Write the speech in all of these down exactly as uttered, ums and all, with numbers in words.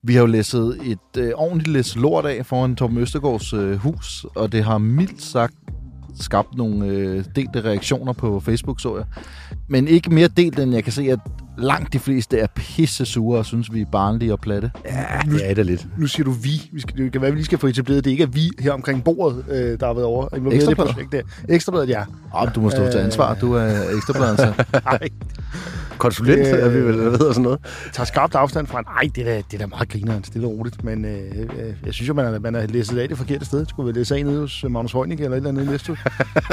Vi har jo læsset et øh, ordentligt læs lort af foran Torben Østergaards øh, hus, og det har mildt sagt skabt nogle øh, delte reaktioner på Facebook, så jeg. Men ikke mere delt, end jeg kan se, at langt de fleste er pisse sure og synes, vi er barnlige og platte. Ja, det er det lidt. Nu siger du vi. vi skal, det kan være, vi lige skal få etableret, det ikke er vi her omkring bordet, øh, der har været over. Ekstrabladet? Ekstrabladet, ja. Oh, du må stå til ansvar. Du er Ekstrabladet, altså. Nej. Konsulent, øh, er vi vel, hvad hedder sådan noget? Tager skarpt afstand fra, nej, det er da, det er da meget grinerende, stille og roligt. Men øh, øh, jeg synes jo, man er, man er læsset af det forkerte sted. Skulle vi læse af nede hos Magnus Heunicke eller et eller andet i næste uge?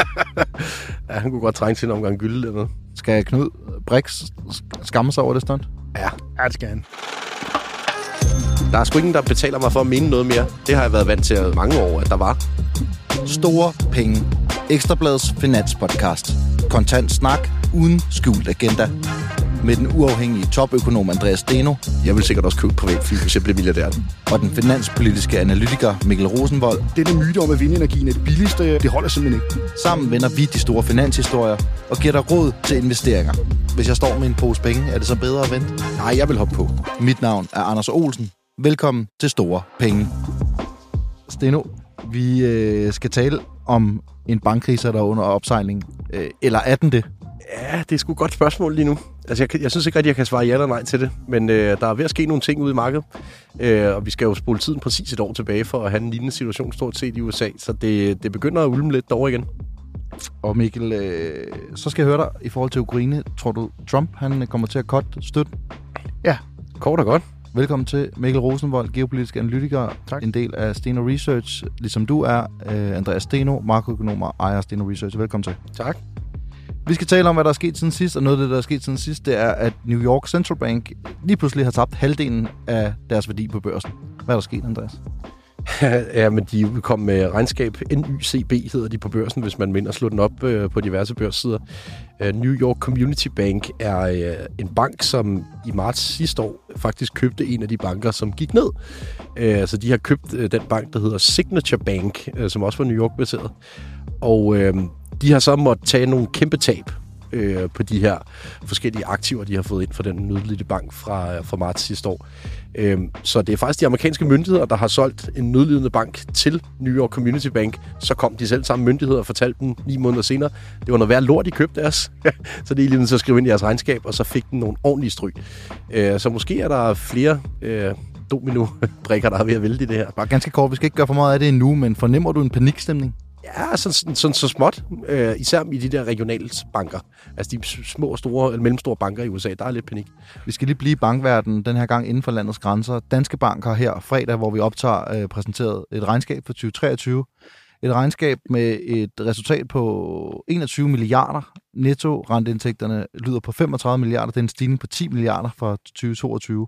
Ja, han kunne godt trænge til en omgang gylde eller noget. Skal Knud Brix skamme sig over det stunt? Ja. Ja, det skal han. Der er sgu ingen, der betaler mig for at mene noget mere. Det har jeg været vant til mange år, at der var. Store penge. Ekstrabladets finanspodcast. Kontant snak uden skjult agenda. Med den uafhængige topøkonom Andreas Steno. Jeg vil sikkert også købe privatfly, hvis jeg bliver milliardær. Og den finanspolitiske analytiker Mikkel Rosenvold. Denne myte om, at vindenergien er det billigste, det holder simpelthen ikke. Sammen vender vi de store finanshistorier og giver dig råd til investeringer. Hvis jeg står med en pose penge, er det så bedre at vente? Nej, jeg vil hoppe på. Mit navn er Anders Olsen. Velkommen til Store Penge. Steno, vi øh, skal tale om en bankkrise, der er under opsejling. Øh, eller er den det? Ja, det er sgu et godt spørgsmål lige nu. Altså, jeg, jeg synes ikke rigtig, jeg kan svare ja eller nej til det. Men øh, der er ved at ske nogle ting ude i markedet. Øh, og vi skal jo spole tiden præcis et år tilbage for at have en lignende situation stort set i U S A. Så det, det begynder at ulme lidt derovre igen. Og Mikkel, øh, så skal jeg høre dig i forhold til Ukraine. Tror du, Trump han kommer til at cutte støtten? Ja. Kort og godt. Velkommen til Mikkel Rosenvold, geopolitisk analytiker, tak. En del af Steno Research, ligesom du er, øh, Andreas Steno, makroøkonom og ejer Steno Research. Velkommen til. Tak. Vi skal tale om, hvad der er sket siden sidst, og noget af det, der er sket siden sidst, det er, at New York Central Bank lige pludselig har tabt halvdelen af deres værdi på børsen. Hvad er der sket, Andreas? Ja, men de kom med regnskab. N Y C B hedder de på børsen, hvis man minder at slå den op øh, på diverse børssider. Uh, New York Community Bank er øh, en bank, som i marts sidste år faktisk købte en af de banker, som gik ned. Uh, så de har købt uh, den bank, der hedder Signature Bank, uh, som også var New York-baseret. Og uh, de har så måttet tage nogle kæmpe tab øh, på de her forskellige aktiver, de har fået ind fra den nødlidende bank fra, fra marts sidste år. Øh, så det er faktisk de amerikanske myndigheder, der har solgt en nødlidende bank til New York Community Bank. Så kom de selv samme myndigheder og fortalte dem ni måneder senere, det var noget værd lort, de købte deres. Så det er lige nødt til at skrive ind i deres regnskab, og så fik den nogle ordentlige stryg. Øh, så måske er der flere øh, domino-brikker, der er ved at vælte i det her. Bare ganske kort, vi skal ikke gøre for meget af det endnu, men fornemmer du en panikstemning? Ja, sådan, sådan, sådan så småt. Øh, især i de der regionale banker. Altså de små, store eller mellemstore banker i U S A, der er lidt panik. Vi skal lige blive i bankverdenen den her gang inden for landets grænser. Danske Bank har her fredag, hvor vi optager, øh, præsenteret et regnskab for tyve treogtyve. Et regnskab med et resultat på enogtyve milliarder. Netto renteindtægterne lyder på femogtredive milliarder. Det er en stigning på ti milliarder fra tyve toogtyve.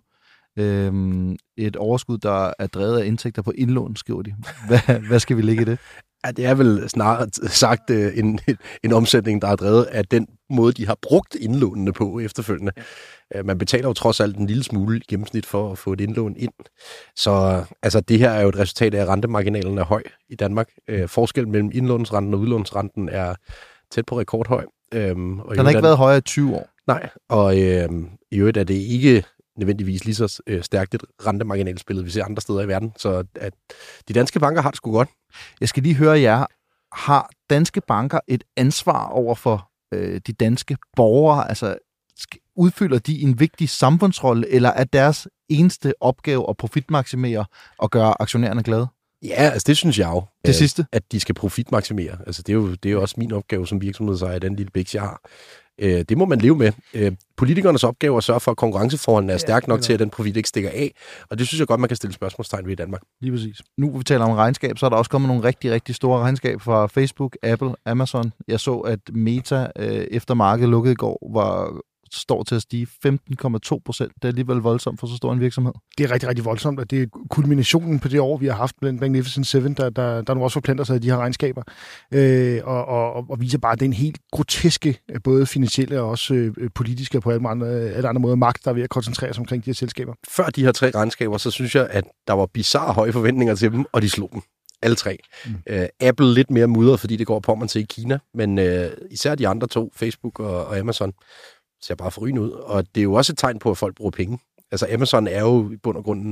Øhm, et overskud, der er drevet af indtægter på indlån, skriver de. Hvad, hvad skal vi lægge i det? Ja, det er vel snart sagt øh, en, en omsætning, der er drevet af den måde, de har brugt indlånene på efterfølgende. Ja. Man betaler jo trods alt en lille smule i gennemsnit for at få et indlån ind. Så altså, det her er jo et resultat af, at rentemarginalen er høj i Danmark. Øh, forskellen mellem indlånsrenten og udlånsrenten er tæt på rekordhøj. Øhm, og den har ikke været højere i tyve år. Nej, og øh, i øvrigt er det ikke nødvendigvis lige så øh, stærkt et rentemarginalspillet, vi ser andre steder i verden. Så at de danske banker har det sgu godt. Jeg skal lige høre jer. Har danske banker et ansvar over for øh, de danske borgere? Altså, udfylder de en vigtig samfundsrolle, eller er deres eneste opgave at profitmaksimere og gøre aktionærerne glade? Ja, altså det synes jeg jo. Det sidste? At de skal profitmaksimere. Altså det er jo, det er jo også min opgave som virksomhedsejer, den lille biks, jeg har. Det må man leve med. Politikernes opgave er at sørge for, at konkurrenceforholdene er stærkt nok til, at den profit ikke stikker af. Og det synes jeg godt, man kan stille spørgsmålstegn ved i Danmark. Lige præcis. Nu hvor vi taler om regnskab, så er der også kommet nogle rigtig, rigtig store regnskab fra Facebook, Apple, Amazon. Jeg så, at Meta efter markedet lukkede i går, var står til at stige femten komma to procent. Det er alligevel voldsomt for så stor en virksomhed. Det er rigtig, rigtig voldsomt, og det er kulminationen på det år, vi har haft blandt Magnificent Seven, der, der, der nu også forplanter sig i de her regnskaber, øh, og, og, og viser bare, at det er en helt groteske, både finansielle og også øh, politiske og på alle andre, alle andre måder magt, der er ved at koncentrere sig omkring de her selskaber. Før de her tre regnskaber, så synes jeg, at der var bizarre høje forventninger til dem, og de slog dem. Alle tre. Mm. Uh, Apple lidt mere mudret, fordi det går på man til i Kina, men uh, især de andre to, Facebook og, og Amazon, ser bare forrygende ud. Og det er jo også et tegn på, at folk bruger penge. Altså Amazon er jo i bund og grund en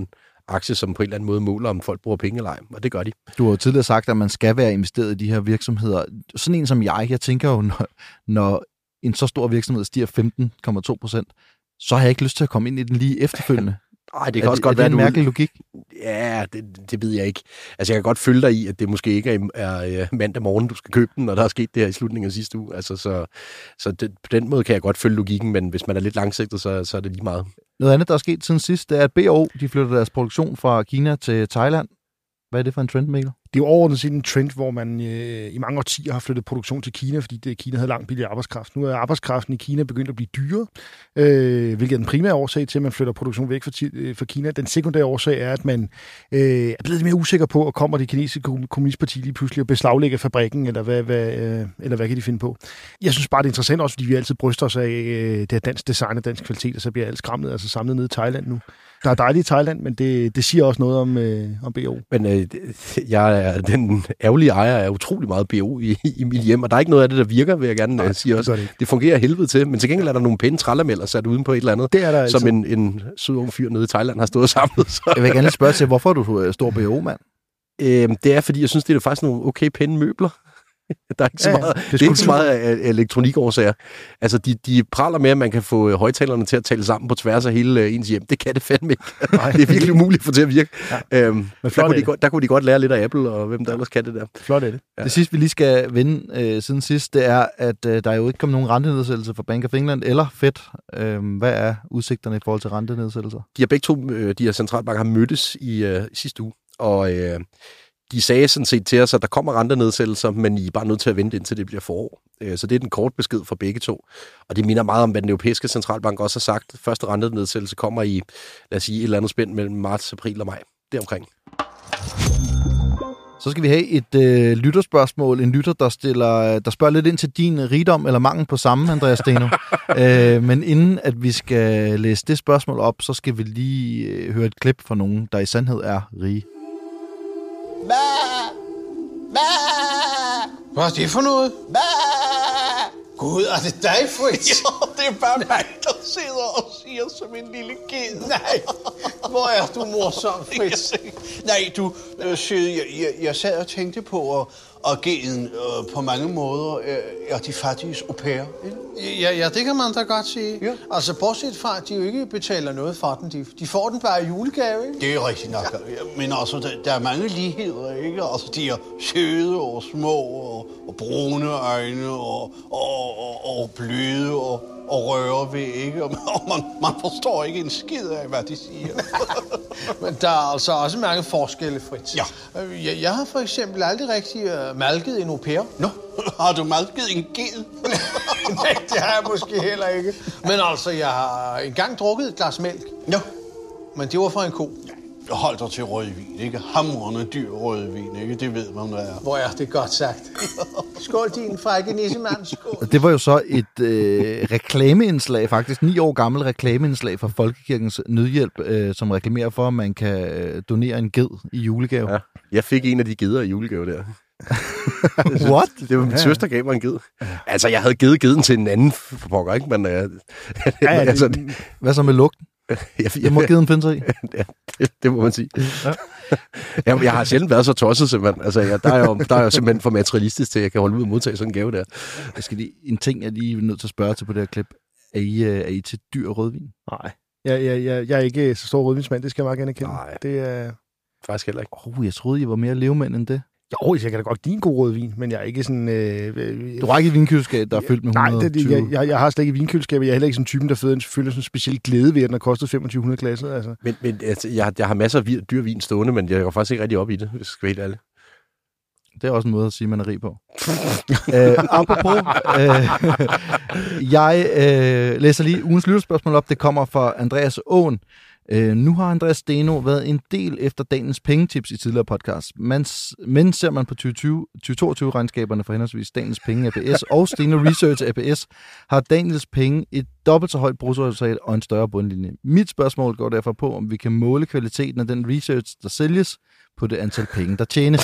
aktie, som på en eller anden måde måler, om folk bruger penge eller ej, og det gør de. Du har jo tidligere sagt, at man skal være investeret i de her virksomheder. Sådan en som jeg, jeg tænker jo, når, når en så stor virksomhed stiger femten komma to procent, så har jeg ikke lyst til at komme ind i den lige efterfølgende. Nej, det kan er også det, godt er være, det en mærkelig logik? Ja, det, det ved jeg ikke. Altså, jeg kan godt følge dig i, at det måske ikke er, er mandag morgen, du skal købe den, når der er sket det her i slutningen af sidste uge. Altså, så så det, på den måde kan jeg godt følge logikken, men hvis man er lidt langsigtet, så, så er det lige meget. Noget andet, der er sket siden sidst, det er, at B O de flytter deres produktion fra Kina til Thailand. Hvad er det for en trend, Mikkel? Det er jo overordnet set en trend, hvor man øh, i mange årtier har flyttet produktion til Kina, fordi det, Kina havde langt billig arbejdskraft. Nu er arbejdskraften i Kina begyndt at blive dyrere, øh, hvilket er den primære årsag til, at man flytter produktion væk fra, øh, fra Kina. Den sekundære årsag er, at man øh, er blevet mere usikker på, og kommer det kinesiske kommunistparti lige pludselig og beslaglægger fabrikken, eller hvad, hvad, øh, eller hvad kan de finde på? Jeg synes bare, det er interessant også, fordi vi altid bryster os af øh, det her dansk design og dansk kvalitet, og så bliver alt skramlet, altså samlet ned i Thailand nu. Der er dejligt i Thailand, men det, det siger også noget om, øh, om B O. Men øh, jeg er den ærgerlige ejer af utrolig meget B O i, i mit hjem, og der er ikke noget af det, der virker, vil jeg gerne Nej, sige også. Det, det fungerer helvede til, men til gengæld er der nogle pæne trællermælder sat uden på et eller andet, det er der som en, en sød ung fyr nede i Thailand har stået samlet. Så. Jeg vil gerne spørge til, hvorfor er du stor B O-mand? Øh, det er, fordi jeg synes, det er faktisk nogle okay pæne møbler. Der er ikke så ja, meget, ja. Det er, det er ikke så meget af elektronikårsager. Altså, de, de praler med, at man kan få højtalerne til at tale sammen på tværs af hele ens hjem. Det kan det fandme ikke. Nej. Det er virkelig umuligt at få til at virke. Ja. Øhm, der, kunne de godt, der kunne de godt lære lidt af Apple, og hvem der ellers kan det der. Flot er det. Ja. Det sidste, vi lige skal vende øh, siden sidst, det er, at øh, der er jo ikke kommet nogen rentenedsættelse fra Bank of England eller Fed. Øh, hvad er udsigterne i forhold til rentenedsættelser? De har begge to, øh, de her centralbanker, har mødtes i øh, sidste uge, og øh, de sagde sådan set til os, at der kommer rentenedsættelser, men I er bare nødt til at vente, indtil det bliver forår. Så det er den kort besked for begge to. Og det minder meget om, hvad den europæiske centralbank også har sagt. Første rentenedsættelse kommer i, lad os sige, et eller andet spænd mellem marts, april og maj. Deromkring. Så skal vi have et øh, lytterspørgsmål. En lytter, der, stiller, der spørger lidt ind til din rigdom eller mangel på samme, Andreas Steno. øh, men inden at vi skal læse det spørgsmål op, så skal vi lige øh, høre et klip fra nogen, der i sandhed er rige. Bæh! Bæh! Hvad er det for noget? Bæh! Gud, er det dig, Fritz? Jo, det er bare mig, der sidder og siger som en lille ged. Nej, hvor er du morsom, Fritz? Nej, du, øh, søde, jeg, jeg, jeg sad og tænkte på, og, og geden øh, på mange måder øh, er de fattiges au pair, ikke? Ja, ja, det kan man da godt sige. Ja. Altså, bortset fra, at de jo ikke betaler noget for den. De, de får den bare i julegave, ikke? Det er rigtigt nok. Ja. Men altså, der, der er mange ligheder, ikke? Altså, de er søde og små og, og brune øjne og, og, og, og bløde og, og røre ved, ikke? Og man, man forstår ikke en skid af, hvad de siger. Men der er altså også mange forskelle, Fritz. Ja. Jeg, jeg har for eksempel aldrig rigtig uh, malket en au pair. Nå, har du malket en ged? Nej, det har jeg måske heller ikke. Men altså, jeg har engang drukket et glas mælk. Nå. Men det var fra en ko. Hold dig til rødvin, ikke? Hamrende dyr rødvin, ikke? Det ved man, hvad er. Hvor er det godt sagt. Skål, din frække nissemand. Skål. Det var jo så et øh, reklameindslag, faktisk ni år gammel reklameindslag fra Folkekirkens Nødhjælp, øh, som reklamerer for, at man kan øh, donere en ged i julegave. Ja. Jeg fik en af de geder i julegave der. What? Det var min ja. søster, gav mig en ged. Altså, jeg havde givet geden til en anden for pokker, ikke? Men, øh, ja, ja, altså, det, hvad så med lugten? Jeg, det må geden finde sig i. Ja, det, det må man sige. Ja. jeg, jeg har sjældent været så tosset, simpelthen. Altså, jeg, der, er jo, der er jo simpelthen for materialistisk til, at jeg kan holde ud og modtage sådan en gave der. Jeg skal lige, en ting, jeg lige er nødt til at spørge til på det her klip. Er I, er I til dyr rødvin? Nej. Jeg, jeg, jeg, jeg er ikke så stor rødvinsmand, det skal jeg meget gerne erkende. Nej. Det er... Faktisk heller ikke. Oh, jeg troede, I var mere levemand end det. Jo, jeg kan da godt give en god rødvin, men jeg er ikke sådan... Øh, du har ikke et vinkøleskab, der er fyldt med nej, hundrede og tyve? Nej, jeg, jeg har slet ikke et vinkøleskab, jeg er heller ikke sådan en typen, der føler sådan en speciel glæde ved, at den har kostet femogtyve hundrede glasset. Altså. Men, men altså, jeg, jeg har masser af dyr vin stående, men jeg går faktisk ikke rigtig op i det, hvis jeg skal være helt ærlig. Det er også en måde at sige, at man er rig på. øh, apropos, øh, jeg øh, læser lige ugens lytterspørgsmål op. Det kommer fra Andreas Åen. Øh, nu har Andreas Steno været en del efter dagens pengetips i tidligere podcast. Men, men ser man på tyve toogtyve-regnskaberne for henholdsvis Daniels Penge A P S og Steno Research A P S, har Daniels Penge et dobbelt så højt bruttoresultat og en større bundlinje. Mit spørgsmål går derfor på, om vi kan måle kvaliteten af den research, der sælges, på det antal penge, der tjenes.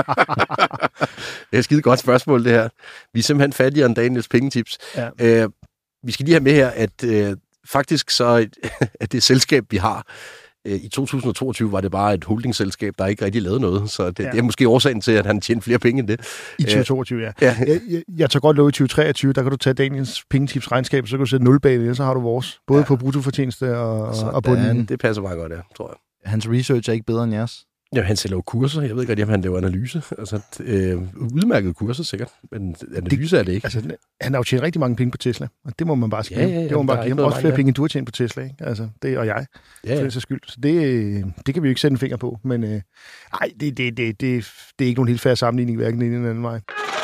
Det er et skide godt spørgsmål, det her. Vi er simpelthen fattigere end Daniels pengetips. Ja. Øh, vi skal lige have med her, at øh, faktisk så at det selskab, vi har, I to tusind og toogtyve var det bare et holdingselskab, der ikke rigtig lavede noget, så det, ja. det er måske årsagen til, at han tjente flere penge end det. I tyve toogtyve, ja. ja. Jeg, jeg, jeg tager godt lov i tyve treogtyve, der kan du tage Daniels pengetipsregnskab, så kan du sætte nul bag det, så har du vores. Både ja. på bruttofortjeneste og, og på den. Det passer meget godt, ja, tror jeg. Hans research er ikke bedre end jeres? Ja, han sælger jo kurser. Jeg ved ikke rigtig, om han laver analyse. Altså, øh, udmærket kurser sikkert, men analyse det, er det ikke. Altså, han har jo tjent rigtig mange penge på Tesla, og det må man bare skrive. Ja, ja, ja, det må man bare give. Også flere ja. penge, end du har tjent på Tesla, ikke? Altså, det og jeg. Ja, ja. For det skyld. Så det, det kan vi jo ikke sætte en finger på. Men øh, ej, det, det, det, det, det er ikke nogen helt fair sammenligning, hverken den ene eller anden vej.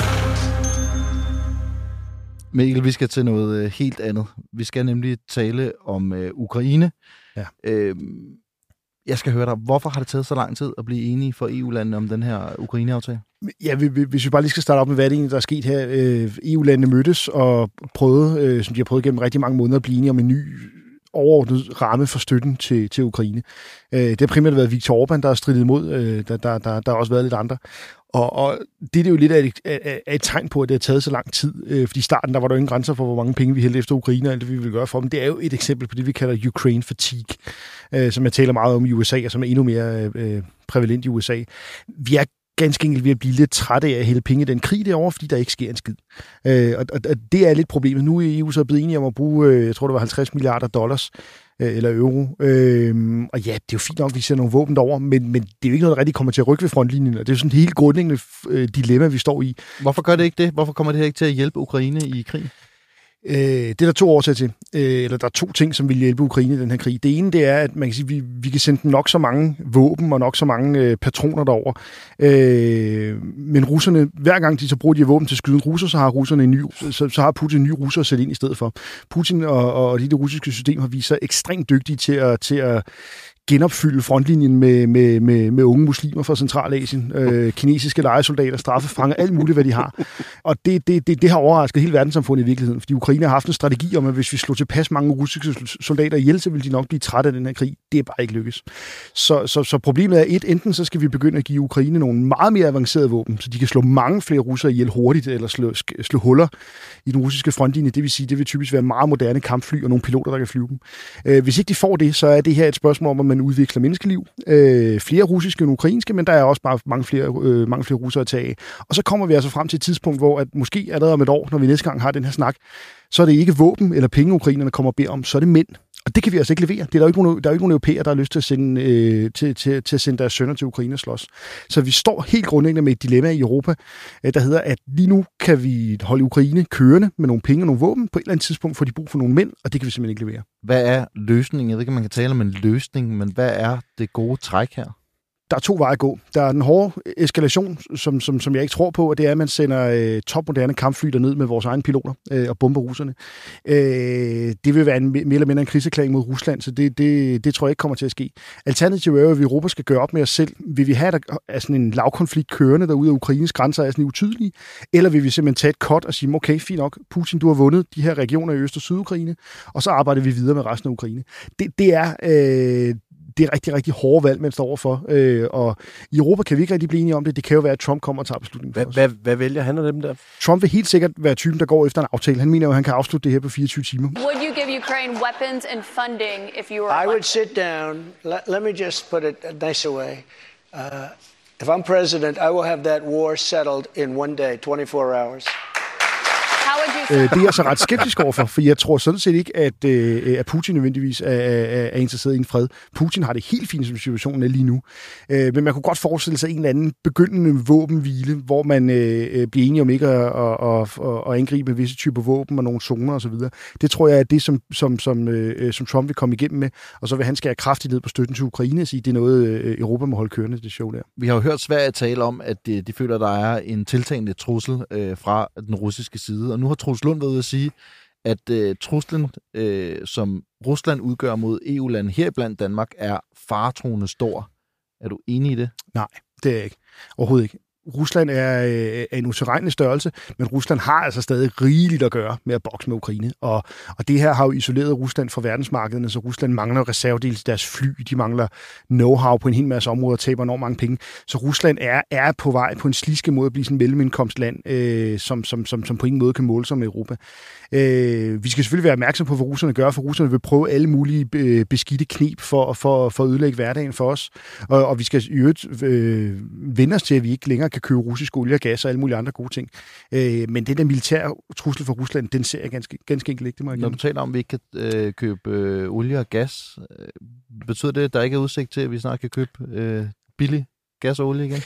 Mikkel, vi skal til noget helt andet. Vi skal nemlig tale om øh, Ukraine. Ja. Øh, Jeg skal høre dig, hvorfor har det taget så lang tid at blive enige for E U-landene om den her Ukraine-aftale? Ja, hvis vi bare lige skal starte op med, hvad det egentlig, der er sket her. E U-landene mødtes og prøvede, som de har prøvet gennem rigtig mange måneder, at blive enige om en ny overordnet ramme for støtten til, til Ukraine. Det har primært været Viktor Orbán, der har stridet imod. Der, der, der, der har også været lidt andre. Og, og det er det jo lidt af et, af, af et tegn på, at det har taget så lang tid. Fordi i starten, der var der ingen grænser for, hvor mange penge vi hældte efter Ukraine, og alt det, vi ville gøre for dem. Det er jo et eksempel på det, vi kalder Ukraine fatigue, som jeg taler meget om i U S A, og som er endnu mere øh, prævalent i U S A. Vi er ganske enkelt ved at blive lidt trætte af at hælde penge i den krig derovre, fordi der ikke sker en skid. Øh, og, og, og det er lidt problemet. Nu er E U så blevet enige om at bruge, øh, jeg tror det var halvtreds milliarder dollars, øh, eller euro. Øh, og ja, det er jo fint nok, at vi ser nogle våben derover, men, men det er jo ikke noget, der rigtig kommer til at rykke ved frontlinjen, og det er jo sådan et helt grundlæggende øh, dilemma, vi står i. Hvorfor gør det ikke det? Hvorfor kommer det her ikke til at hjælpe Ukraine i krig? Øh, det er der to årsager til, øh, eller der er to ting, som vil hjælpe Ukraine i den her krig. Det ene, det er, at man kan sige, vi, vi kan sende dem nok så mange våben og nok så mange øh, patroner derover. Øh, men russerne, hver gang de så bruger de her våben til at skyde en russer, så har russerne en ny, så, så har Putin en ny russer at sætte ind i stedet for. Putin og, og de, det russiske system har vist sig ekstremt dygtige til at, til at genopfylde frontlinjen med, med, med, med unge muslimer fra Centralasien, øh, kinesiske lejesoldater, straffefanger, alt muligt, hvad de har. Og det, det, det, det har overrasket hele verdenssamfundet i virkeligheden, fordi Ukraine har haft en strategi om, at hvis vi slår tilpas mange russiske soldater ihjel, så vil de nok blive trætte af den her krig. Det er bare ikke lykkes. Så, så, så problemet er et, enten så skal vi begynde at give Ukraine nogle meget mere avancerede våben, så de kan slå mange flere russere ihjel hurtigt, eller slå, slå huller i den russiske frontlinje. Det vil sige, det vil typisk være meget moderne kampfly og nogle piloter, der kan flyve dem. Øh, hvis ikke de får det, så er det her et spørgsmål om, at man udvikler menneskeliv. Øh, flere russiske end ukrainske, men der er også bare mange flere, øh, mange flere russere at tage af. Og så kommer vi altså frem til et tidspunkt, hvor at måske allerede om et år, når vi næste gang har den her snak, så er det ikke våben eller penge, ukrainerne kommer og beder om, så er det mænd. Og det kan vi altså ikke levere. Det er der jo ikke nogen, der er jo ikke nogen europæer, der har lyst til at sende, øh, til, til, til at sende deres sønner til Ukraine og slås. Så vi står helt grundlæggende med et dilemma i Europa, øh, der hedder, at lige nu kan vi holde Ukraine kørende med nogle penge og nogle våben. På et eller andet tidspunkt får de brug for nogle mænd, og det kan vi simpelthen ikke levere. Hvad er løsningen? Jeg ved ikke, om man kan tale om en løsning, men hvad er det gode træk her? Der er to veje at gå. Der er den hårde eskalation, som, som, som jeg ikke tror på, og det er, at man sender øh, topmoderne kampfly derned med vores egne piloter øh, og bomber russerne. Øh, det vil være en, mere eller mindre en kriserklæring mod Rusland, så det, det, det tror jeg ikke kommer til at ske. Alternativet er jo, at vi i Europa skal gøre op med os selv. Vil vi have der er sådan en lavkonflikt kørende derude af Ukraines grænser er sådan utydelige, eller vil vi simpelthen tage et cut og sige, okay, fint nok, Putin, du har vundet de her regioner i Øst- og Sydukraine, og så arbejder vi videre med resten af Ukraine. Det, det er... Øh, Det er rigtig, rigtig hårde valg, man står overfor. Øh, og i Europa kan vi ikke rigtig blive enige om det. Det kan jo være, at Trump kommer og tager beslutningen for os. Hvad, hvad vælger han af dem der? Trump vil helt sikkert være typen, der går efter en aftale. Han mener jo, at han kan afslutte det her på fireogtyve timer. Would you give Ukraine weapons and funding if you were I would sit down. Let, let me just put it a nicer way. Uh, if I'm president, I will have that war settled in one day, twenty-four hours. Det er jeg så ret skeptisk overfor, for jeg tror sådan set ikke, at, at Putin nødvendigvis er, er, er interesseret i en fred. Putin har det helt fint, som situationen er lige nu. Men man kunne godt forestille sig en eller anden begyndende våbenhvile, hvor man øh, bliver enige om ikke at, at, at, at angribe visse typer våben og nogle zoner osv. Det tror jeg er det, som, som, som, øh, som Trump vil komme igennem med, og så vil han skære kraftigt ned på støtten til Ukraine og sige, at det er noget, øh, Europa må holde kørende, det show der. Vi har jo hørt Sverige tale om, at de, de føler, at der er en tiltagende trussel øh, fra den russiske side, og nu har Troels Lund været ude at sige, at øh, truslen, øh, som Rusland udgør mod E U-lande heriblandt Danmark, er faretruende stor. Er du enig i det? Nej, det er jeg ikke. Overhovedet ikke. Rusland er, er en utilregnelig størrelse, men Rusland har altså stadig rigeligt at gøre med at bokse med Ukraine. Og, og det her har jo isoleret Rusland fra verdensmarkederne, så Rusland mangler reservedele til deres fly, de mangler know-how på en hel masse områder, taber enormt mange penge. Så Rusland er, er på vej på en sliske måde at blive sådan en mellemindkomstland, øh, som, som, som, som på ingen måde kan måle sig med Europa. Øh, vi skal selvfølgelig være opmærksom på, hvad russerne gør, for russerne vil prøve alle mulige øh, beskidte knep for, for, for at ødelægge hverdagen for os. Og, og vi skal i øvrigt øh, vende os til, at vi ikke længere kan købe russisk olie og gas og alle mulige andre gode ting. Øh, men den der militære trussel for Rusland, den ser jeg ganske, ganske enkelt ikke. Det må jeg Når du taler om, at vi ikke kan øh, købe øh, olie og gas, øh, betyder det, at der ikke er udsigt til, at vi snart kan købe øh, billig gas og olie igen?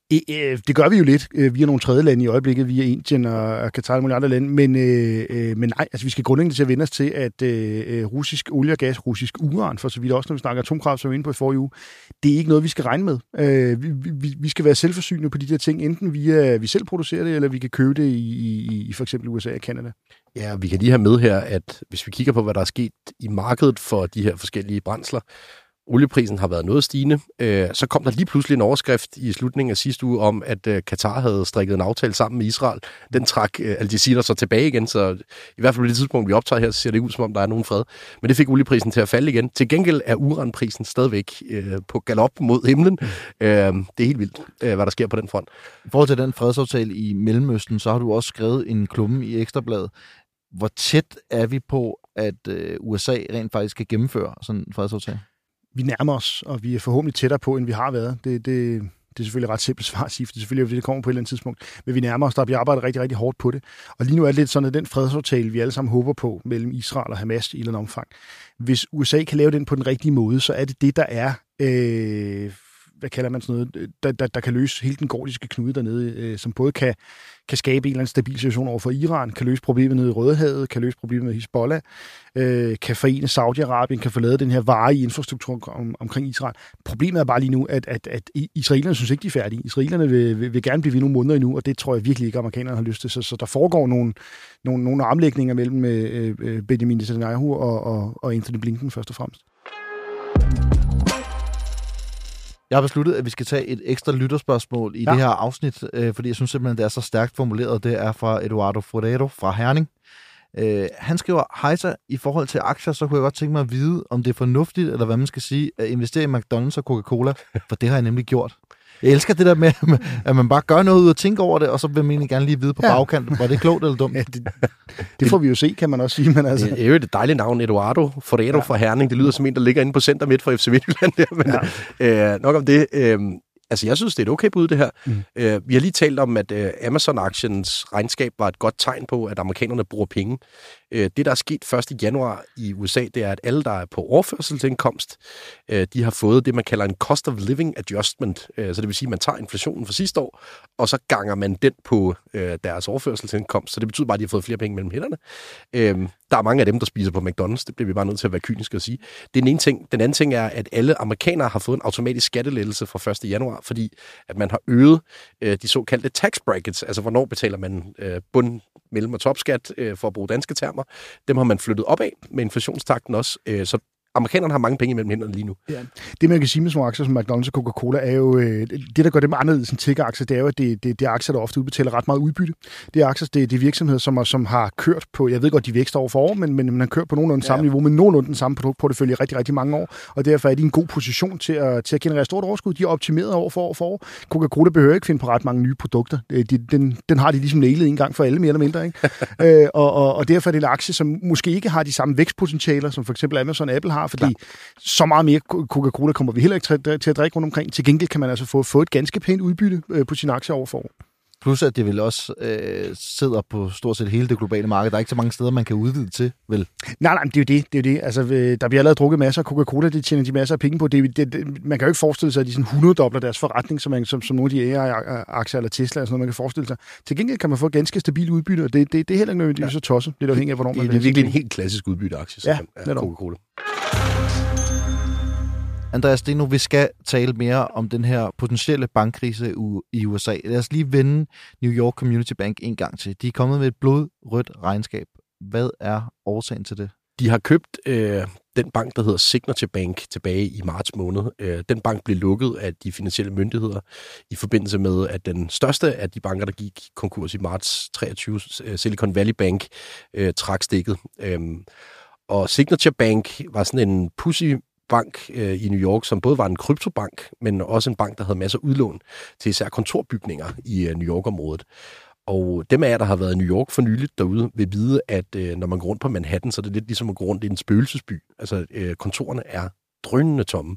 Det gør vi jo lidt via nogle tredje lande i øjeblikket, via Indien og Katar og nogle andre lande, men, øh, men nej, altså vi skal grundlæggende til at vende os til, at øh, russisk olie og gas, russisk uran, for så vidt også, når vi snakker atomkraft, som vi var inde på i forrige uge, det er ikke noget, vi skal regne med. Øh, vi, vi, vi skal være selvforsynende på de der ting, enten via vi selv producerer det, eller vi kan købe det i, i, i for eksempel U S A og Canada. Ja, vi kan lige have med her, at hvis vi kigger på, hvad der er sket i markedet for de her forskellige brændsler, olieprisen har været noget stigende. Så kom der lige pludselig en overskrift i slutningen af sidste uge om, at Katar havde strikket en aftale sammen med Israel. Den trak Al Jazeera så tilbage igen, så i hvert fald på det tidspunkt, vi optager her, så ser det ud, som om der er nogen fred. Men det fik olieprisen til at falde igen. Til gengæld er uranprisen stadigvæk på galop mod himlen. Det er helt vildt, hvad der sker på den front. I forhold til den fredsaftale i Mellemøsten, så har du også skrevet en klumme i Ekstrabladet. Hvor tæt er vi på, at U S A rent faktisk kan gennemføre sådan en fredsaftale? Vi nærmer os, og vi er forhåbentlig tættere på, end vi har været. Det, det, det er selvfølgelig ret simpelt svar at sige, for det er selvfølgelig det, det kommer på et eller andet tidspunkt. Men vi nærmer os, der bliver arbejdet rigtig, rigtig hårdt på det. Og lige nu er det lidt sådan, at den fredsaftale, vi alle sammen håber på, mellem Israel og Hamas i et eller andet omfang, hvis U S A kan lave den på den rigtige måde, så er det det, der er... Øh, hvad kalder man sådan noget, der, der, der kan løse hele den gordiske knude dernede, øh, som både kan, kan skabe en eller anden stabil situation over for Iran, kan løse problemet nede i Rødehavet, kan løse problemet med Hezbollah, øh, kan forene Saudi-Arabien, kan få lavet den her varige infrastruktur om, omkring Israel. Problemet er bare lige nu, at, at, at israelerne synes ikke, de er færdige. Israelerne vil, vil, vil gerne blive ved nogle måneder endnu, og det tror jeg virkelig ikke, amerikanerne har lyst til. Så, så der foregår nogle, nogle, nogle armlægninger mellem øh, Benjamin Netanyahu og, og, og Anthony Blinken først og fremmest. Jeg har besluttet, at vi skal tage et ekstra lytterspørgsmål i ja. det her afsnit, øh, fordi jeg synes simpelthen, det er så stærkt formuleret. Det er fra Eduardo Forero fra Herning. Øh, han skriver, hejsa, i forhold til aktier, så kunne jeg godt tænke mig at vide, om det er fornuftigt, eller hvad man skal sige, at investere i McDonald's og Coca-Cola, for det har jeg nemlig gjort. Jeg elsker det der med, at man bare gør noget ud og tænker over det, og så vil man egentlig gerne lige vide på ja. bagkant, var det klogt eller dumt? Ja, det, det får vi jo se, kan man også sige. Men altså. Det er jo et dejligt navn, Eduardo Forero ja. fra Herning. Det lyder som en, der ligger inde på center midt for F C Midtjylland der. Men ja. øh, nok om det. Øh, altså, jeg synes, det er et okay bud, det her. Mm. Øh, vi har lige talt om, at øh, Amazon-aktiens regnskab var et godt tegn på, at amerikanerne bruger penge. Øh, det, der er sket første januar i U S A, det er, at alle, der er på overførselsindkomst, øh, de har fået det, man kalder en cost of living adjustment. Øh, så det vil sige, at man tager inflationen fra sidste år, og så ganger man den på øh, deres overførselsindkomst. Så det betyder bare, at de har fået flere penge mellem hænderne. Øh, der er mange af dem, der spiser på McDonald's. Det bliver vi bare nødt til at være kyniske at sige. Det er den ene ting. Den anden ting er, at alle amerikanere har fået en automatisk skattelettelse fra første januar, fordi at man har øget øh, de såkaldte tax brackets, altså hvornår betaler man øh, bund, mellem- og topskat, øh, for at bruge danske termer. Dem har man flyttet opad med inflationstakten også, øh, så amerikanerne har mange penge imellem hænderne lige nu. Ja. Det, man kan sige med små aktier som McDonald's og Coca-Cola, er jo, øh, det, der gør dem anderledes end tech-aktier, det er jo, at det, det, det er aktier, der ofte udbetaler ret meget udbytte. Det er aktier, det, det er virksomheder, som, som har kørt på, jeg ved godt, de vækster år for år, men, men man har kørt på nogenlunde ja. samme niveau, med nogenlunde den samme produktportefølje i rigtig, rigtig mange år, og derfor er de en god position til at, til at generere stort overskud. De er optimeret år for år for år. Coca-Cola behøver ikke finde på ret mange nye produkter. De, den, den har de ligesom nailet en gang for alle, mere eller mindre. Ikke? øh, og, og, og derfor er det en aktie, som måske ikke har de samme vækstpotentialer, som for eksempel Amazon og Apple har, fordi ja. så meget mere Coca-Cola kommer vi heller ikke til at drikke rundt omkring. Til gengæld kan man altså få, få et ganske pænt udbytte øh, på sine aktier over for år. Plus at det vil også øh, sidder på stort set hele det globale marked. Der er ikke så mange steder, man kan udvide til, vel? Nej, nej, det er jo det. det, er jo det. Altså, der bliver allerede drukket masser af Coca-Cola, det tjener de masser af penge på. Det, det, det, man kan jo ikke forestille sig, at de sådan hundrede-dobler deres forretning, som, man, som, som nogle af de A I-aktier eller Tesla, eller sådan noget, man kan forestille sig. Til gengæld kan man få ganske stabil udbytte, og det, det, det er heller ikke nødvendigt ja. så tosset. Det er afhængigt af, hvornår man det, det er virkelig en helt klassisk udbytteaktie, som ja, er Coca-Cola. Andreas, det er nu, vi skal tale mere om den her potentielle bankkrise i U S A. Lad os lige vende New York Community Bank en gang til. De er kommet med et blodrødt regnskab. Hvad er årsagen til det? De har købt øh, den bank, der hedder Signature Bank, tilbage i marts måned. Øh, den bank blev lukket af de finansielle myndigheder i forbindelse med, at den største af de banker, der gik konkurs i marts treogtyve, Silicon Valley Bank, øh, trak stikket. Øh, og Signature Bank var sådan en pussy bank øh, i New York, som både var en kryptobank, men også en bank, der havde masser af udlån til især kontorbygninger i øh, New York-området. Og dem af jer, der har været i New York for nyligt derude, vil vide, at øh, når man går rundt på Manhattan, så er det lidt ligesom at gå rundt i en spøgelsesby. Altså, øh, kontorerne er drønende tomme.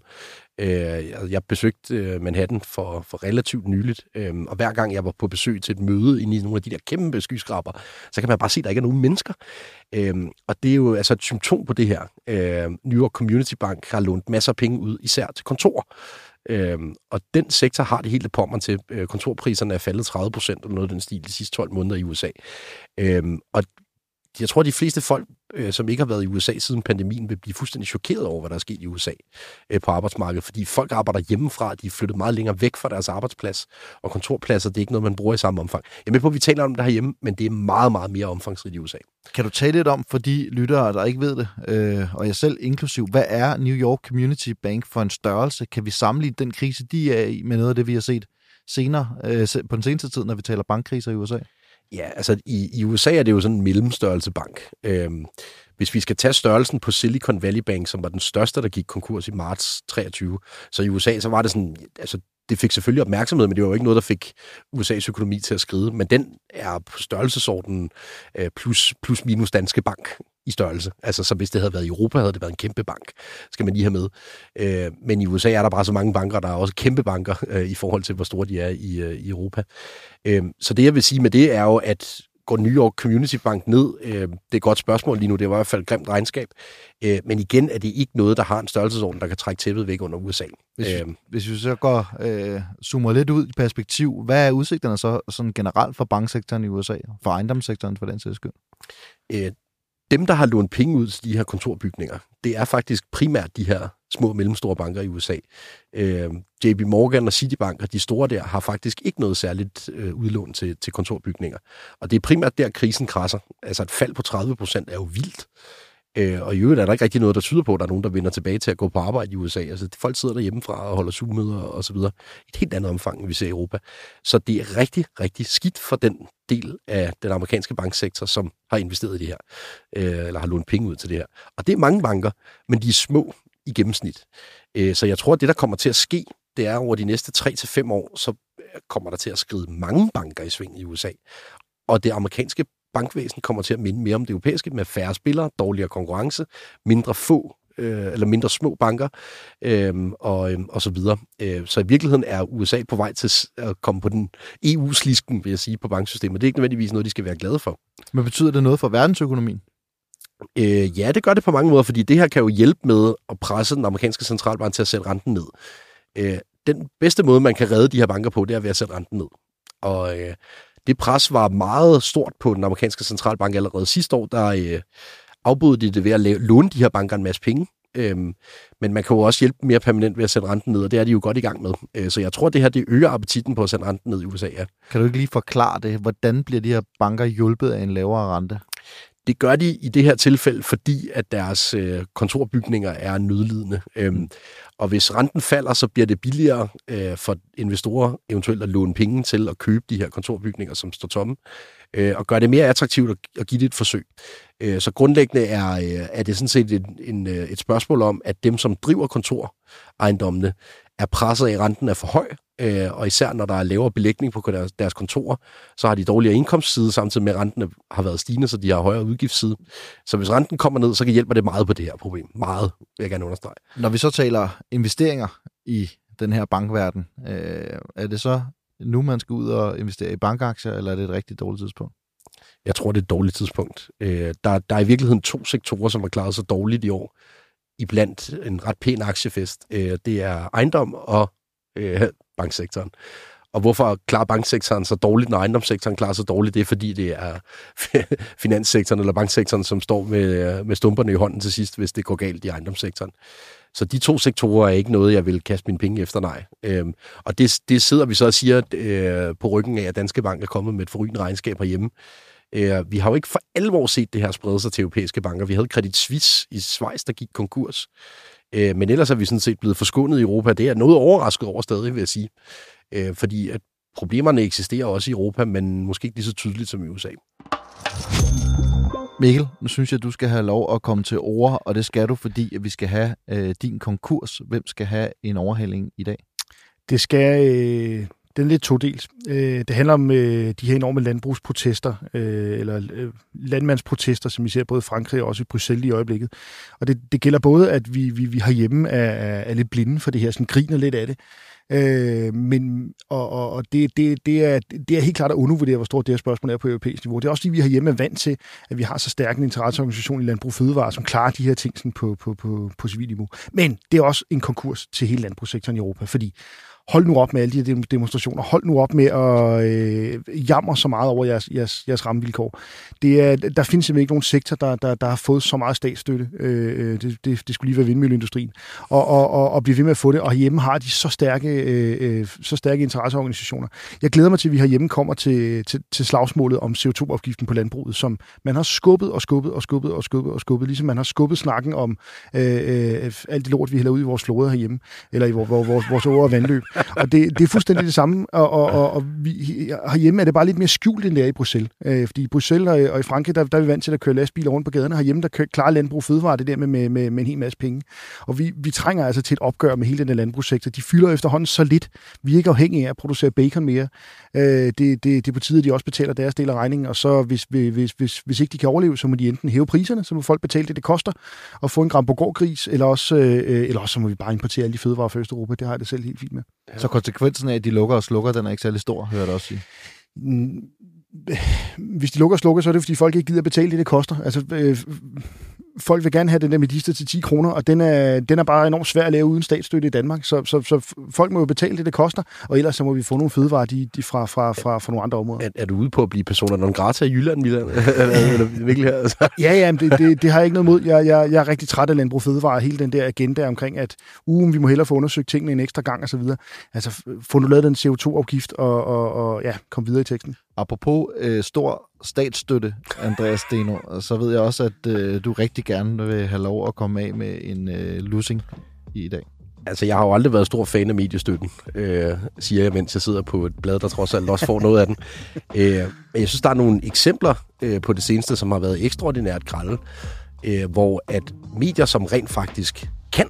Øh, jeg besøgte øh, Manhattan for, for relativt nyligt, øh, og hver gang jeg var på besøg til et møde inde i nogle af de der kæmpe skyskraber, så kan man bare se, at der ikke er nogen mennesker. Øh, og det er jo altså et symptom på det her. Øh, New York Community Bank har lånt masser af penge ud, især til kontor. Øhm, og den sektor har det hele på mig til. Øh, kontorpriserne er faldet tredive procent eller noget af den stil de sidste tolv måneder i U S A. Øhm, og jeg tror, at de fleste folk, øh, som ikke har været i U S A siden pandemien, vil blive fuldstændig chokeret over, hvad der er sket i U S A øh, på arbejdsmarkedet. Fordi folk arbejder hjemmefra, de er flyttet meget længere væk fra deres arbejdsplads, og kontorpladser, det er ikke noget, man bruger i samme omfang. Jeg er med på, at vi taler om det herhjemme, men det er meget, meget mere omfangsrigt i U S A. Kan du tale lidt om, for de lyttere, der ikke ved det, øh, og jeg selv inklusiv, hvad er New York Community Bank for en størrelse? Kan vi sammenligne den krise, de er i, med noget af det, vi har set senere øh, på den seneste tid, når vi taler bankkriser i U S A? Ja, altså i, i U S A er det jo sådan en mellemstørrelse bank. Øhm, hvis vi skal tage størrelsen på Silicon Valley Bank, som var den største, der gik konkurs i marts treogtyve, så i U S A, så var det sådan, altså det fik selvfølgelig opmærksomhed, men det var jo ikke noget, der fik U S A's økonomi til at skride. Men den er på størrelsesordenen øh, plus, plus minus Danske Bank i størrelse. Altså, så hvis det havde været i Europa, havde det været en kæmpe bank, skal man lige have med. Øh, men i U S A er der bare så mange banker, der er også kæmpe banker øh, i forhold til, hvor store de er i, øh, i Europa. Øh, så det, jeg vil sige med det, er jo, at går New York Community Bank ned? Øh, det er et godt spørgsmål lige nu. Det var i hvert fald et grimt regnskab. Øh, men igen er det ikke noget, der har en størrelsesorden, der kan trække tæppet væk under U S A. Hvis, øh, hvis vi så går øh, zoomer lidt ud i perspektiv, hvad er udsigterne så sådan generelt for banksektoren i U S A? For ejendomssektoren for den sags skyld? Øh, dem, der har lånt penge ud til de her kontorbygninger, det er faktisk primært de her små og mellemstore banker i U S A. Øh, J P Morgan og Citibank og de store der har faktisk ikke noget særligt øh, udlån til, til kontorbygninger. Og det er primært der, krisen krasser. Altså et fald på tredive procent er jo vildt. Øh, og i øvrigt er der ikke rigtig noget, der tyder på, at der er nogen, der vender tilbage til at gå på arbejde i U S A. Altså folk sidder derhjemmefra og holder Zoom-møder og så videre. Et helt andet omfang, end vi ser i Europa. Så det er rigtig, rigtig skidt for den del af den amerikanske banksektor, som har investeret i det her, øh, eller har lånt penge ud til det her. Og det er mange banker, men de er små i gennemsnit. Øh, så jeg tror, at det, der kommer til at ske, det er over de næste tre til fem år, så kommer der til at skride mange banker i sving i U S A. Og det amerikanske bankvæsen kommer til at minde mere om det europæiske, med færre spillere, dårligere konkurrence, mindre få øh, eller mindre små banker øh, og, øh, og så videre. Øh, så i virkeligheden er U S A på vej til at komme på den E U-slisken, vil jeg sige, på banksystemet. Det er ikke nødvendigvis noget, de skal være glade for. Men betyder det noget for verdensøkonomien? Øh, ja, det gør det på mange måder, fordi det her kan jo hjælpe med at presse den amerikanske centralbank til at sætte renten ned. Øh, den bedste måde, man kan redde de her banker på, det er ved at sætte renten ned. Og øh, det pres var meget stort på den amerikanske centralbank allerede sidste år, der øh, afbød de det ved at lave, låne de her banker en masse penge. Øhm, men man kan jo også hjælpe mere permanent ved at sætte renten ned, og det er de jo godt i gang med. Øh, så jeg tror, at det her det øger appetitten på at sætte renten ned i U S A. Ja. Kan du ikke lige forklare det? Hvordan bliver de her banker hjulpet af en lavere rente? Det gør de i det her tilfælde, fordi at deres øh, kontorbygninger er nødlidende. Øhm, og hvis renten falder, så bliver det billigere øh, for investorer eventuelt at låne penge til at købe de her kontorbygninger, som står tomme, øh, og gøre det mere attraktivt at, at give det et forsøg. Øh, så grundlæggende er, øh, er det sådan set et, en, et spørgsmål om, at dem, som driver kontorejendommene, er presset af, renten er for høj, øh, og især når der er lavere belægning på deres, deres kontorer, så har de dårligere indkomstside, samtidig med, at renten har været stigende, så de har højere udgiftsside. Så hvis renten kommer ned, så kan hjælpe det meget på det her problem. Meget, vil jeg gerne understrege. Når vi så taler investeringer i den her bankverden, øh, er det så nu, man skal ud og investere i bankaktier, eller er det et rigtig dårligt tidspunkt? Jeg tror, det er et dårligt tidspunkt. Øh, der, der er i virkeligheden to sektorer, som har klaret sig dårligt i år, iblandt en ret pæn aktiefest. Øh, det er ejendom og øh, banksektoren. Og hvorfor klarer banksektoren så dårligt, når ejendomssektoren klarer sig dårligt? Det er, fordi det er finanssektoren eller banksektoren, som står med, med stumperne i hånden til sidst, hvis det går galt i ejendomssektoren. Så de to sektorer er ikke noget, jeg vil kaste mine penge efter, nej. Øhm, og det, det sidder vi så og siger øh, på ryggen af, at Danske Bank er kommet med et forrygende regnskab herhjemme. Vi har jo ikke for alvor set det her sprede sig til europæiske banker. Vi havde Credit Suisse i Schweiz, der gik konkurs. Men ellers er vi sådan set blevet forskånet i Europa. Det er noget overrasket over stadig, vil jeg sige. Fordi at problemerne eksisterer også i Europa, men måske ikke lige så tydeligt som i U S A. Mikkel, nu synes jeg, at du skal have lov at komme til ord, og det skal du, fordi at vi skal have øh, din konkurs. Hvem skal have en overhaling i dag? Det skal... Øh Den er lidt todelt. Det handler om de her enorme landbrugsprotester, eller landmandsprotester, som vi ser både i Frankrig og også i Bruxelles i øjeblikket. Og det, det gælder både, at vi, vi, vi herhjemme er, er lidt blinde for det her, sådan griner lidt af det. Øh, men, og og det, det, det, er, det er helt klart at undervurdere, hvor stort det her spørgsmål er på europæisk niveau. Det er også fordi, vi herhjemme er vant til, at vi har så stærk en interesseorganisation i Landbrug Fødevare, som klarer de her ting sådan på, på, på, på civil niveau. Men det er også en konkurs til hele landbrugssektoren i Europa, fordi hold nu op med alle de her demonstrationer. Hold nu op med at øh, jamre så meget over jeres, jeres, jeres rammevilkår. Det er, der findes simpelthen ikke nogen sektor, der, der, der har fået så meget statsstøtte. Øh, det, det, det skulle lige være vindmølleindustrien. Og, og, og, og blive ved med at få det. Og hjemme har de så stærke, øh, så stærke interesseorganisationer. Jeg glæder mig til, at vi herhjemme kommer til, til, til slagsmålet om C O to afgiften på landbruget, som man har skubbet og skubbet og skubbet og skubbet og skubbet, ligesom man har skubbet snakken om øh, øh, alt det lort, vi hælder ud i vores floder herhjemme, eller i vores, vores, vores åer og vandløb. Og det, det er fuldstændig det samme, og, og, og, og vi, herhjemme er det bare lidt mere skjult, end det er i Bruxelles. Øh, fordi i Bruxelles og, og i Frankrig, der, der er vi vant til at køre lastbiler rundt på gaderne. Herhjemme, der kører, klarer Landbrug Fødevare det der med, med, med, med en hel masse penge. Og vi, vi trænger altså til et opgør med hele den der landbrugssektor. De fylder efterhånden så lidt. Vi er ikke afhængige af at producere bacon mere. Øh, det, det, det er på tide, at de også betaler deres del af regningen, og så hvis, hvis, hvis, hvis ikke de kan overleve, så må de enten hæve priserne, så må folk betale det, det koster, og få en gram på gårdgris, eller også, øh, eller også så må vi bare importere alle de fødevarer fra Østeuropa. Det har jeg det selv helt fint med. Ja. Så konsekvensen af, at de lukker og slukker, den er ikke særlig stor, hører jeg også sige. Hvis de lukker og slukker, så er det, fordi folk ikke gider betale det, det koster. Altså, øh, folk vil gerne have den der medister til ti kroner, og den er, den er bare enormt svær at lave uden statsstøtte i Danmark. Så, så, så folk må jo betale det, det koster, og ellers så må vi få nogle fødevarer de, de fra, fra, fra, fra nogle andre områder. Er, er du ude på at blive persona non grata i Jylland, Milan? Eller virkelig her? Altså. Ja, ja, det, det, det har jeg ikke noget mod. Jeg, jeg, jeg er rigtig træt af Landbrug Fødevare, hele den der agenda omkring, at uh, vi må hellere få undersøgt tingene en ekstra gang og så videre. Altså, få nu lavet den C O to afgift og, og, og ja, kom videre i teksten. Apropos øh, stor statsstøtte, Andreas Steno, så ved jeg også, at øh, du rigtig gerne vil have lov at komme af med en øh, lussing i dag. Altså, jeg har jo aldrig været stor fan af mediestøtten, øh, siger jeg, mens jeg sidder på et blad, der trods alt også får noget af den. Øh, men jeg synes, der er nogle eksempler øh, på det seneste, som har været ekstraordinært grælde, øh, hvor at medier, som rent faktisk kan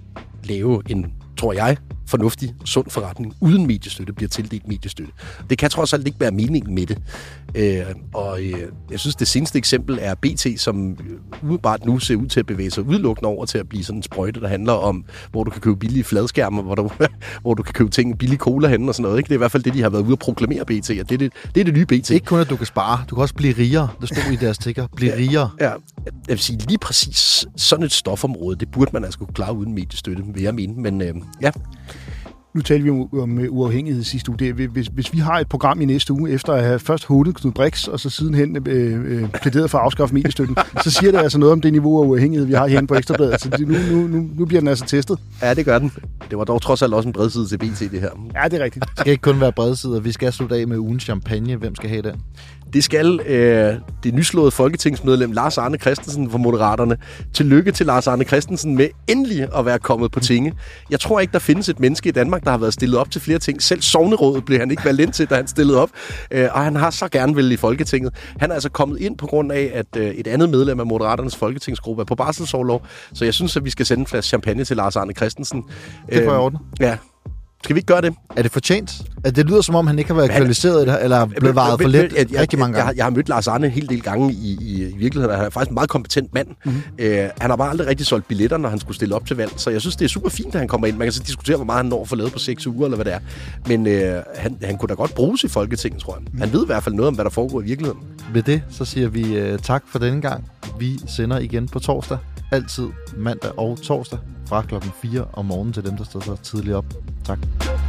lave en, tror jeg, fornuftig, sund forretning, uden mediestøtte, bliver tildelt mediestøtte. Det kan trods alt ikke være meningen med det. Øh, og øh, jeg synes, det seneste eksempel er B T, som umiddelbart nu ser ud til at bevæge sig udelukkende over til at blive sådan en sprøjte, der handler om, hvor du kan købe billige fladskærme, hvor du, hvor du kan købe ting, billige cola hen og sådan noget. Ikke? Det er i hvert fald det, de har været ude at proklamere B T, og det er det, det, er det nye B T. Ikke kun, at du kan spare, du kan også blive rigere. Det stod i deres stikker. Blive rigere. Ja, ja, jeg vil sige, lige præcis sådan et stofområde, det burde man altså kunne klare uden mediestøtte, vil jeg mene. Men øh, ja... Nu talte vi om, om uafhængighed sidste uge. Det, hvis, hvis vi har et program i næste uge, efter at have først hånet Knud Brix, og så sidenhen øh, øh, plæderet for at afskaffe mediestøtten, så siger det altså noget om det niveau af uafhængighed, vi har herinde på Ekstra Bladet. Så det, nu, nu, nu, nu bliver den altså testet. Ja, det gør den. Det var dog trods alt også en bredside til B T, det her. Ja, det er rigtigt. Det skal ikke kun være bredsider. Vi skal slutte af med ugens champagne. Hvem skal have den? Det skal øh, det nyslåede folketingsmedlem Lars Arne Christensen fra Moderaterne. Tillykke til Lars Arne Christensen med endelig at være kommet på tinge. Jeg tror ikke, der findes et menneske i Danmark, der har været stillet op til flere ting. Selv sognerådet blev han ikke valgt ind til, da han stillede op. Øh, og han har så gerne vel i Folketinget. Han er altså kommet ind på grund af, at øh, et andet medlem af Moderaternes folketingsgruppe er på barselsorlov. Så jeg synes, at vi skal sende en flaske champagne til Lars Arne Christensen. Det får jeg ordnet. Ja. Skal vi ikke gøre det? Er det fortjent? At det lyder som om, han ikke har været kvalificeret eller blevet varet for lidt jeg, jeg, rigtig mange gange. Jeg, jeg, jeg har mødt Lars Arne en hel del gange i, i, i virkeligheden. Han er faktisk en meget kompetent mand. Mm-hmm. Øh, han har bare aldrig rigtig solgt billetter, når han skulle stille op til valg. Så jeg synes, det er super fint, at han kommer ind. Man kan så diskutere, hvor meget han når for lavet på seks uger, eller hvad det er. Men øh, han, han kunne da godt bruges i Folketinget, tror jeg. Mm. Han ved i hvert fald noget om, hvad der foregår i virkeligheden. Ved det, så siger vi øh, tak for denne gang. Vi sender igen på torsdag. Altid mandag og torsdag fra klokken fire om morgenen til dem, der står så tidligt op. Tak.